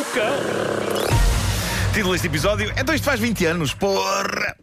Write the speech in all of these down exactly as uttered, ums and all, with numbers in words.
O cão. Título deste episódio: então isto faz vinte anos, porra!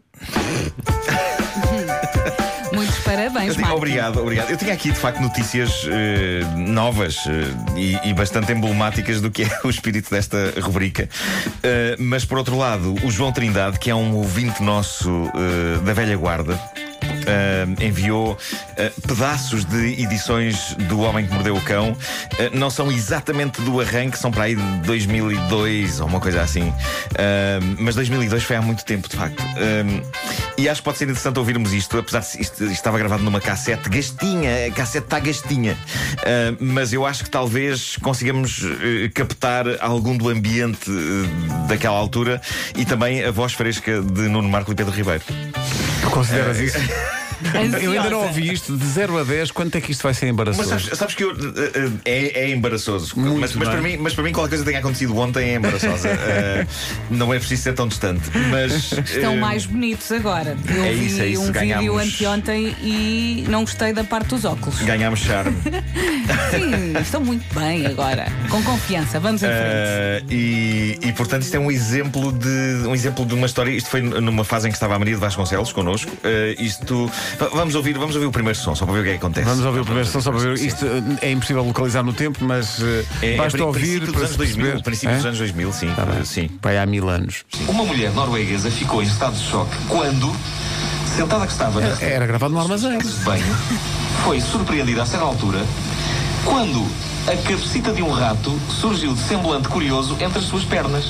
Muitos parabéns, Tinha, Marco. Obrigado, obrigado. Eu tinha aqui, de facto, notícias uh, novas uh, e, e bastante emblemáticas do que é o espírito desta rubrica. Uh, mas, por outro lado, o João Trindade, que é um ouvinte nosso uh, da velha guarda, Uh, enviou uh, pedaços de edições do Homem que Mordeu o Cão. Uh, não são exatamente do arranque, são para aí de dois mil e dois ou uma coisa assim. Uh, mas dois mil e dois foi há muito tempo, de facto. Uh, e acho que pode ser interessante ouvirmos isto, apesar de isto, isto estava gravado numa cassete gastinha. A cassete está gastinha. Uh, mas eu acho que talvez consigamos uh, captar algum do ambiente uh, daquela altura e também a voz fresca de Nuno Marco e Pedro Ribeiro. Consideras isso? Ansiosa. Eu ainda não ouvi isto. De zero a dez, quanto é que isto vai ser embaraçoso? Mas sabes, sabes que eu, uh, uh, é, é embaraçoso. Muito, mas, mas, não é? para mim, mas para mim, qualquer coisa que tenha acontecido ontem é embaraçosa. Uh, não é preciso ser tão distante. Mas, Estão uh, mais bonitos agora. Eu é vi isso, é isso. um Ganhámos- vídeo anteontem e não gostei da parte dos óculos. Ganhámos charme. Sim, estão muito bem agora. Com confiança, vamos em frente. Uh, e, e portanto isto é um exemplo de um exemplo de uma história. Isto foi numa fase em que estava a Maria de Vasconcelos connosco. Uh, isto v- vamos ouvir, vamos ouvir o primeiro som só para ver o que é que acontece. Vamos ouvir o primeiro som só para ver. Isto é impossível localizar no tempo, mas uh, É, basta é, ouvir princípio para dos anos se dois mil, perceber. princípio dos É? anos dois mil, sim, Tá bem. uh, sim. Pai, há mil anos. Uma mulher norueguesa ficou em estado de choque quando, sentada que estava na Era gravado no armazém. de banho, foi surpreendida a certa altura quando a cabecita de um rato surgiu de semblante curioso entre as suas pernas.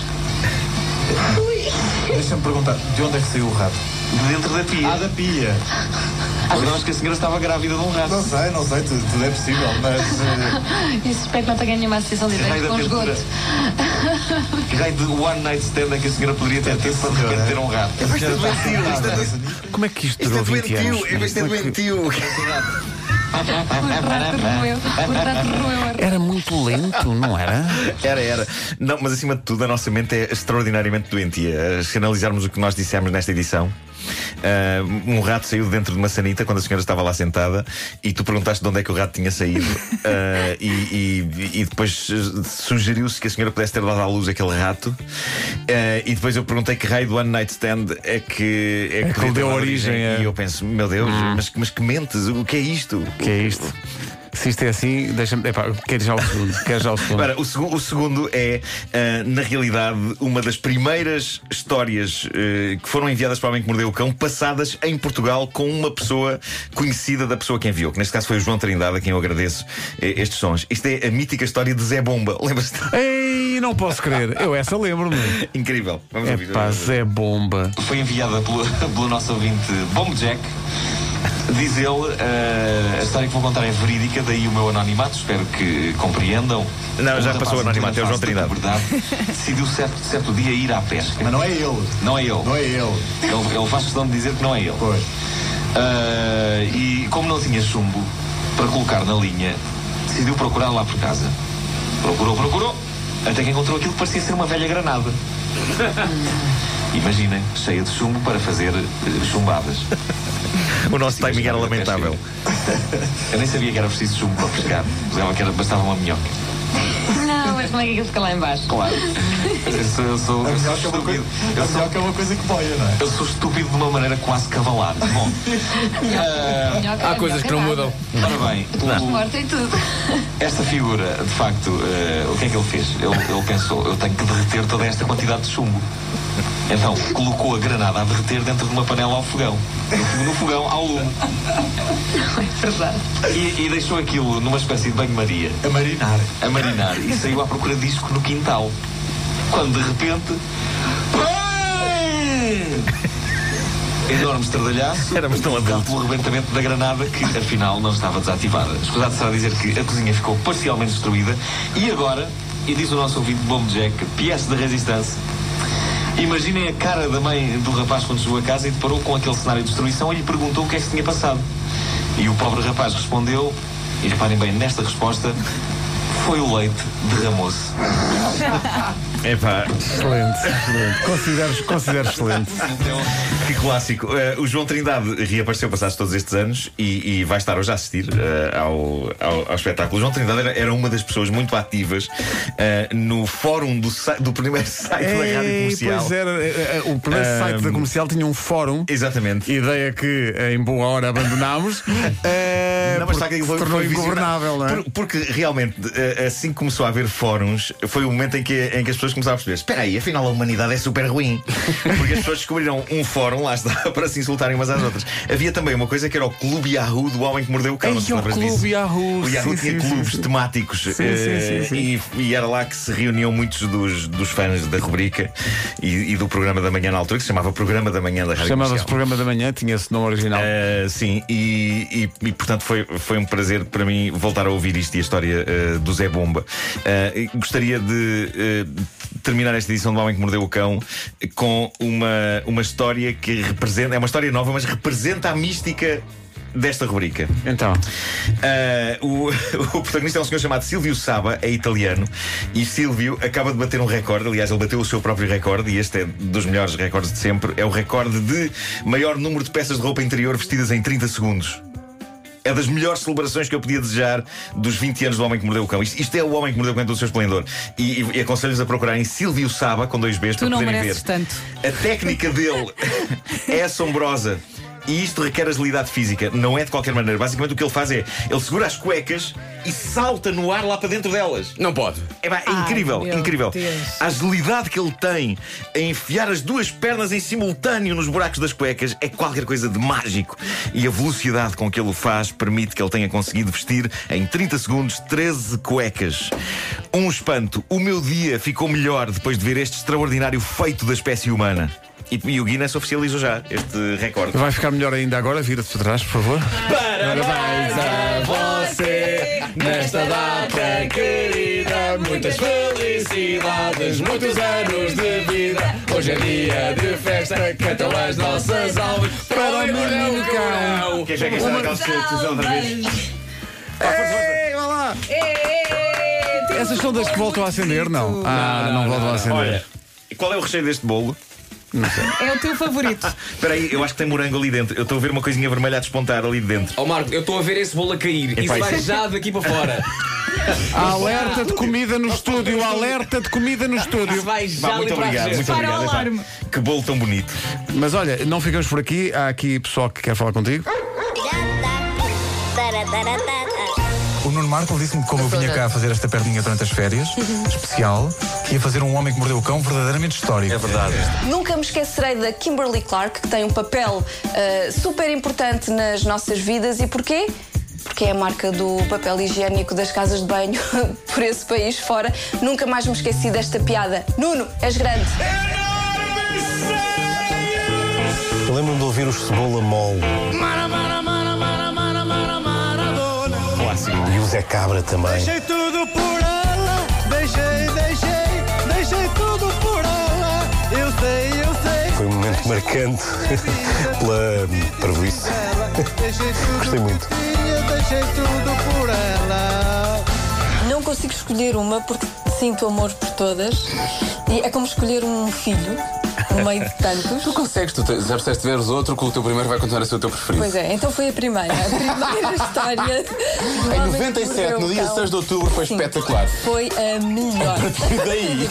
Deixa-me perguntar, de onde é que saiu o rato? De dentro da pia. Ah, da pia. Achávamos que a senhora estava grávida de um rato. Não sei, não sei, tudo, tudo é possível, mas... eh, Isso espero que não tenha nenhuma associação Que raio direta de com aventura. esgoto. Que raio de one night stand é que a senhora poderia ter tido para de repente ter um rato? a senhora está sentada nessa nisso. Como é que isto Isto é durou vinte anos? doentio, isto é Como é que- doentio. O rato roeu. O rato roeu. Era muito lento, não era? Era, era. Não, mas acima de tudo, a nossa mente é extraordinariamente doentia. Se analisarmos o que nós dissemos nesta edição, uh, um rato saiu de dentro de uma sanita quando a senhora estava lá sentada e tu perguntaste de onde é que o rato tinha saído. Uh, e, e, e depois uh, sugeriu-se que a senhora pudesse ter dado à luz aquele rato. Uh, e depois eu perguntei que raio do One Night Stand é que, é É que podia lhe ter deu dado origem, é. E eu penso, meu Deus, mas, mas que mentes, o que é isto? O que é isto? Se isto é assim, deixa-me. Epá, quero já o segundo. Quero já o segundo. Ora, o, segu o segundo é, uh, na realidade, uma das primeiras histórias uh, que foram enviadas para o Homem que Mordeu o Cão, passadas em Portugal com uma pessoa conhecida da pessoa que enviou, que neste caso foi o João Trindade, a quem eu agradeço eh, estes sons. Isto é a mítica história de Zé Bomba. Lembras-te? Ei, não posso crer. Eu essa lembro-me. Incrível. Vamos É ouvir. pá, Zé Bomba. Foi enviada pelo, pelo nosso ouvinte Bomb Jack. Diz ele, eh, a história que vou contar é verídica, daí o meu anonimato, espero que compreendam. Não, já Um passou o rapaz em anonimato, é o João plena Trindade. fase de puberdade decidiu certo, certo dia ir à pesca. Mas não é ele, Não é ele. não é ele. Ele, ele faz questão de dizer que não é ele. Pois. Eh, e como não tinha chumbo para colocar na linha, decidiu procurar lá por casa. Procurou, procurou, até que encontrou aquilo que parecia ser uma velha granada. Imaginem, cheia de chumbo para fazer eh, chumbadas. O nosso timing era lamentável. Eu nem sabia que era preciso chumbo para pescar. Pensava que era, bastava uma minhoca. Não, mas como é que aquilo fica lá em baixo? Claro. Eu sou, eu sou, A eu sou minhoca é uma coisa, estúpido. a Eu sou, minhoca é uma coisa que boia, não é? eu sou estúpido de uma maneira quase cavalar. Bom, Há coisas que não mudam. ora bem, o- Morta e tudo. esta figura, de facto, eh, o que é que ele fez? Ele, ele pensou, eu tenho que derreter toda esta quantidade de chumbo. Então, colocou a granada a derreter dentro de uma panela ao fogão. No, no fogão, ao lume. É verdade. E, e deixou aquilo numa espécie de banho-maria. A marinar. A marinar e saiu à procura de disco no quintal. Quando de repente. Enorme estardalhaço. Éramos tão adultos. Pelo rebentamento da granada que afinal não estava desativada. Escusado será dizer que a cozinha ficou parcialmente destruída. E agora, e diz o nosso ouvinte Bomb Jack, pièce de resistência. Imaginem a cara da mãe do rapaz quando chegou a casa e deparou com aquele cenário de destruição e lhe perguntou o que é que se tinha passado. E o pobre rapaz respondeu, e reparem bem nesta resposta, foi o leite derramou-se. Epá, Excelente, excelente. Considero, considero excelente. que clássico. Uh, o João Trindade reapareceu passados todos estes anos e, e vai estar hoje a assistir uh, ao, ao, ao espetáculo. O João Trindade era, era uma das pessoas muito ativas uh, no fórum do, do primeiro site Ei, da Rádio Comercial. Pois era, o primeiro uh, site da Comercial tinha um fórum. Exatamente. Ideia que em boa hora abandonámos. uh, não, mas está que foi, tornou ingovernável, não é? Por, porque realmente, assim que começou a haver fóruns, foi o momento em que, em que as pessoas começaram a perceber: espera aí, afinal a humanidade é super ruim. Porque as pessoas descobriram um fórum, lá está, para se insultarem umas às outras. Havia também uma coisa que era o Clube Yahoo do Homem que Mordeu o Cão. Ei, o Clube Yahoo. O Yahoo sim, tinha sim, clubes sim, temáticos sim, uh, sim, sim, sim. E, e era lá que se reuniam muitos dos, dos fãs da rubrica e, e do programa da manhã na altura, que se chamava Programa da Manhã da Rádio Chamava-se Comercial. Programa da Manhã, tinha esse nome original. Uh, sim, e, e, e portanto foi, foi um prazer para mim voltar a ouvir isto e a história uh, do Zé Bomba. Uh, gostaria de uh, terminar esta edição do Homem que Mordeu o Cão com uma, uma história que representa, é uma história nova, mas representa a mística desta rubrica. Então, uh, o, o protagonista é um senhor chamado Silvio Saba, é italiano, e Silvio acaba de bater um recorde. Aliás, ele bateu o seu próprio recorde, e este é dos melhores recordes de sempre. É o recorde de maior número de peças de roupa interior vestidas em trinta segundos. É das melhores celebrações que eu podia desejar dos vinte anos do Homem que Mordeu o Cão. Isto, isto é o Homem que Mordeu o Cão do seu esplendor. E, e, e aconselho-vos a procurarem Silvio Saba, com dois B's, Tu para não poderem ver. mereces tanto. A técnica dele é assombrosa. E isto requer agilidade física, não é de qualquer maneira. Basicamente o que ele faz é, ele segura as cuecas e salta no ar lá para dentro delas. Não pode. É, pá, é Ai, incrível, meu incrível. Deus. A agilidade que ele tem a enfiar as duas pernas em simultâneo nos buracos das cuecas é qualquer coisa de mágico. E a velocidade com que ele o faz permite que ele tenha conseguido vestir em trinta segundos treze cuecas. Um espanto. O meu dia ficou melhor depois de ver este extraordinário feito da espécie humana. E, e o Guinness oficializou já este recorde. vai ficar melhor ainda agora. Vira-te para trás, por favor. Parabéns a você nesta data querida. Muitas felicidades, muitos anos de vida. Hoje é dia de festa, cantam as nossas almas para o menino cão. Quem já quer estar naquela televisão outra vez? Ei, vai lá. Essas são das que voltam a acender? Não. Ah, não, não, não, voltam não, a acender. Olha, qual é o recheio deste bolo? É o teu favorito. Espera aí, eu acho que tem morango ali dentro. Eu estou a ver uma coisinha vermelha a despontar ali de dentro. Ó Marco, eu estou a ver esse bolo a cair. Epá, Isso vai isso- já daqui para fora. Alerta de comida no estúdio. Alerta de comida no Isso estúdio. vai já Vá, ali muito para a obrigado, gente. muito Para o obrigado. Epá, alarme. que bolo tão bonito. Mas olha, não ficamos por aqui. Há aqui pessoal que quer falar contigo. O Nuno Marco disse-me que como eu vinha cá fazer esta perninha durante as férias, especial, que ia fazer um Homem que Mordeu o Cão verdadeiramente histórico. É verdade. Nunca me esquecerei da Kimberly Clark, que tem um papel uh, super importante nas nossas vidas. E porquê? Porque é a marca do papel higiênico das casas de banho por esse país fora. Nunca mais me esqueci desta piada. Nuno, és grande. Eu lembro-me de ouvir os Cebola Mole. Clássico. E o Zé Cabra também. Deixei tudo por ela, deixei, deixei, deixei tudo por ela. Eu sei, eu sei. Foi um momento marcante pela parvoíce. Deixei tudo Gostei muito. por ti, deixei tudo por ela. Não consigo escolher uma porque sinto amor por todas. E é como escolher um filho no meio de tantos. Tu consegues, tu te- já disseste veres outro, que o teu primeiro vai continuar a ser o teu preferido. Pois é, então foi a primeira. A primeira história. do Em Homem que noventa e sete, Mordeu no o dia Cão. seis de outubro, foi Sim. espetacular. Foi a melhor. E daí?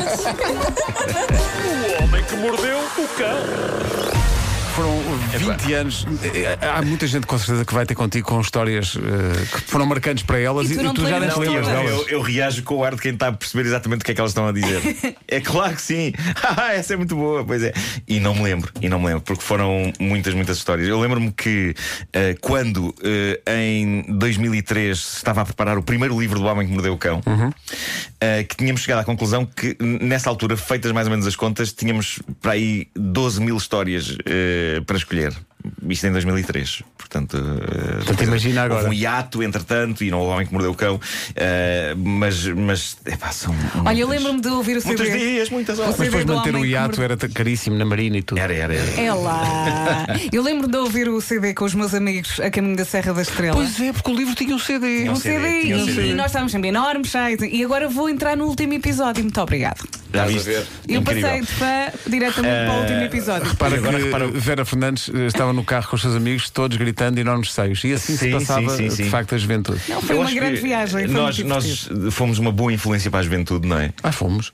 Foram vinte anos. Há muita gente com certeza que vai ter contigo com histórias eh, que foram marcantes para elas E tu não te já nem lembras te lembras de todas. delas. Eu, eu reajo com o ar de quem está a perceber exatamente o que é que elas estão a dizer. É claro que sim. Ah, essa é muito boa, pois é. E não me lembro, e não me lembro, porque foram muitas, muitas histórias. Eu lembro-me que uh, quando uh, em dois mil e três se estava a preparar o primeiro livro do Homem que Mordeu o Cão, Uhum. uh, que tínhamos chegado à conclusão que, n- nessa altura, feitas mais ou menos as contas, tínhamos para aí doze mil histórias uh, para escolher. isto em dois mil e três. Portanto, uh, Portanto imagina agora. Houve um hiato, entretanto, e não houve o Homem que Mordeu o Cão. Uh, mas, mas epá, são. Olha, eu lembro-me de ouvir o C D. Muitos dias, muitas horas. Mas depois do manter Homem o que hiato Mordeu- era t- caríssimo na Marina e tudo. Era, era, era. É lá. Eu lembro de ouvir o C D com os meus amigos a caminho da Serra da Estrela. Pois é, porque o livro tinha um C D. Tinha Um um C D, C D, tinha um e, C D. e nós estávamos sempre enormes, cheios. E agora vou entrar no último episódio. Muito obrigado. Já Estás a viste? ver? Eu Incrível. passei de fã diretamente para o último episódio. Repara Agora que repara- Vera Fernandes eh, estava no carro com os seus amigos, todos gritando enormes seios. E assim se Sim, passava, sim, sim, sim. de facto, a juventude. Não, foi Eu uma acho grande que viagem. Foi Nós, muito nós divertido. fomos uma boa influência para a juventude, não é? Ah, fomos.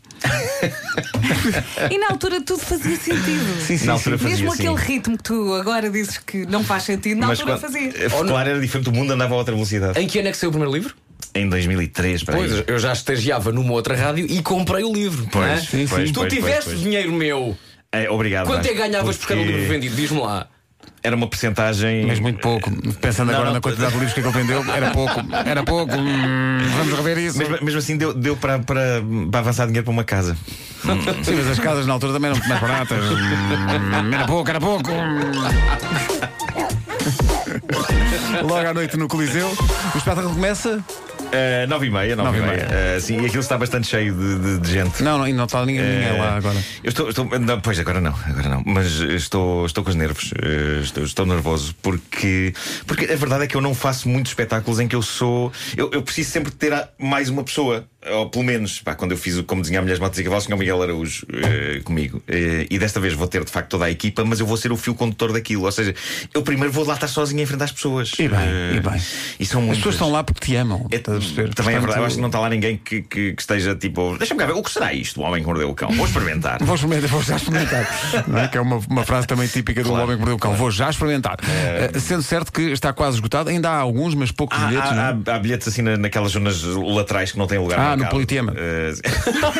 E na altura tudo fazia sentido. Sim, sim, Na altura sim. fazia Mesmo assim. aquele ritmo que tu agora dizes que não faz sentido, na Mas altura quando- fazia. eh, Claro, era diferente, o mundo andava a outra velocidade. Em que ano é que saiu o primeiro livro? Em dois mil e três, para aí. Pois, eu já estagiava numa outra rádio e comprei o livro. Pois, não é? sim, pois, Tu pois, tiveste pois, pois. dinheiro meu. É, obrigado. Quanto é Vasco, que ganhavas por cada porque livro vendido? Diz-me lá. Era uma percentagem. Mas muito pouco. Pensando Não, agora não, na quantidade de livros que ele vendeu, era pouco. Era pouco. Hum, vamos rever isso. Mesmo, mesmo assim, deu, deu para, para, para avançar dinheiro para uma casa. Sim, mas as casas na altura também eram muito mais baratas. Hum, Era pouco, era pouco. Logo à noite no Coliseu, o espetáculo começa. Uh, nove e meia, nove, Nove e e meia. Uh, sim, e aquilo está bastante cheio de, de- de gente. Não, não, e não está ninguém, ninguém Uh, lá agora. Eu estou, estou não, pois agora não, agora não. Mas estou, estou com os nervos. Uh, estou, estou nervoso porque, porque a verdade é que eu não faço muitos espetáculos em que eu sou. Eu, eu preciso sempre de ter a- mais uma pessoa. Ou pelo menos, pá, quando eu fiz o Como Desenhar Mulheres, Motos e Cavalos, tinha o Miguel Araújo uh, comigo. Uh, e desta vez vou ter de facto toda a equipa, mas eu vou ser o fio condutor daquilo. Ou seja, eu primeiro vou lá estar sozinho em frente às pessoas. E bem, Uh, e bem. E são As muitas. pessoas estão lá porque te amam. É, estás a perceber? também é Portanto, verdade, eu acho que não está lá ninguém que, que, que esteja tipo, deixa-me cá ver, o que será isto? O Homem que Mordeu o Cão? Vou experimentar. Vou experimentar, vou já experimentar. Não é? Que é uma, uma frase também típica do Claro, Homem que Mordeu o Cão. Vou já experimentar. É. Uh, sendo certo que está quase esgotado, ainda há alguns, mas poucos Há, bilhetes. não é? há, há, há bilhetes assim na- naquelas zonas laterais que não têm lugar. Ah, no marcado. Politeama. Uh,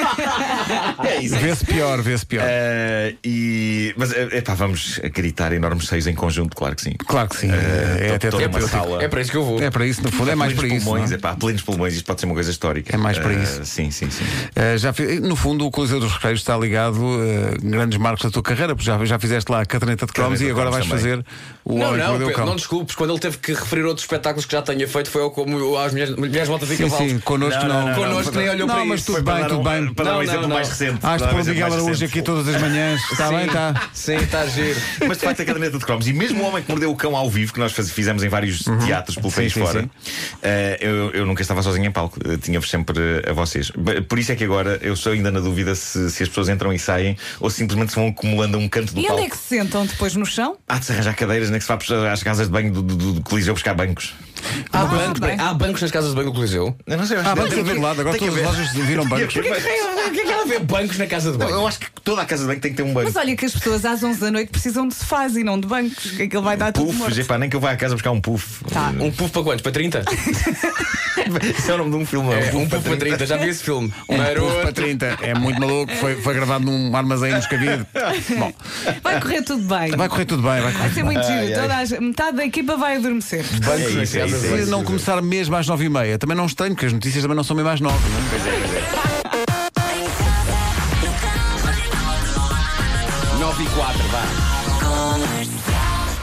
é isso. Vê-se pior, vê-se pior. Uh, e, mas é pá, vamos gritar enormes seios em conjunto, claro que sim. Claro que sim. Uh, é to- até toda uma terapêutico. sala. É para isso que eu vou. É para isso, no fundo, é mais para plenos isso. pulmões, não é? é pá, plenos pulmões, isto pode ser uma coisa histórica. É mais para Uh, isso. Sim, sim, sim. Uh, já fi- no fundo, o Coliseu dos Recreios está ligado a grandes marcos da tua carreira, porque já, já fizeste lá a caderneta de cromos Caderneta e de agora vais cromos fazer o Não, Homem que não, Mordeu o Pedro, Cão. não desculpes. Quando ele teve que referir outros espetáculos que já tenha feito, foi ao como às mulheres, mulheres motas e Sim, cavalos. sim, connosco Não, não. não, não, Connosco nem olhou não, para mas isso. tudo Foi para bem, dar tudo um, bem. Para dar um Não, exemplo não, mais não. recente. Has Para de dar um pôr o exemplo Miguel mais Araújo recente. aqui todas as manhãs. Está bem, está. Sim, está a giro. Mas de facto a caderneta de cromos. E mesmo o Homem que Mordeu o Cão ao vivo, que nós faz- fizemos em vários teatros pelo Sim, país sim, fora, sim. eh, eu, eu nunca estava sozinho em palco. Eh, Tinha-vos sempre eh, a vocês. Ba- Por isso é que agora eu estou ainda na dúvida se, se as pessoas entram e saem ou se simplesmente se vão acumulando a um canto do E palco. onde é que se sentam depois no chão? Há de se arranjar cadeiras, nem que se vá às casas de banho do, do, do Coliseu buscar bancos. Há, Ah, bancos, bem. há bancos nas casas de banho do Coliseu. Eu não sei, eu acho Ah, que bancos tem a ver que- lado, agora tem que todas as haver. lojas viram bancos. O que é que há a ver bancos na casa de Não, banho? eu acho que toda a casa de banho tem que ter um banco. Mas olha que as pessoas às onze da noite precisam de sofás e não de bancos, que aquilo vai dar tudo Puffs, morto. epá, nem que eu vá à casa buscar um puff. Tá. Um puff para quantos? Para trinta? Isso é o nome de um filme, não? É, um puff para trinta, já vi esse filme. Um Maroto. puff para trinta. É muito maluco. Foi, foi gravado num armazém nos Cavide. Bom, Vai correr tudo bem. vai correr tudo bem. Vai correr Vai ser tudo bem. muito Ai, giro. ai. Toda a- metade da equipa vai adormecer. Bancos É nas isso, é casas isso, de é banho. Se não começar mesmo às nove e meia, também não estranho, porque as notícias também não são mesmo às nove. não é? Pois é, pois é. nove e quatro, vá.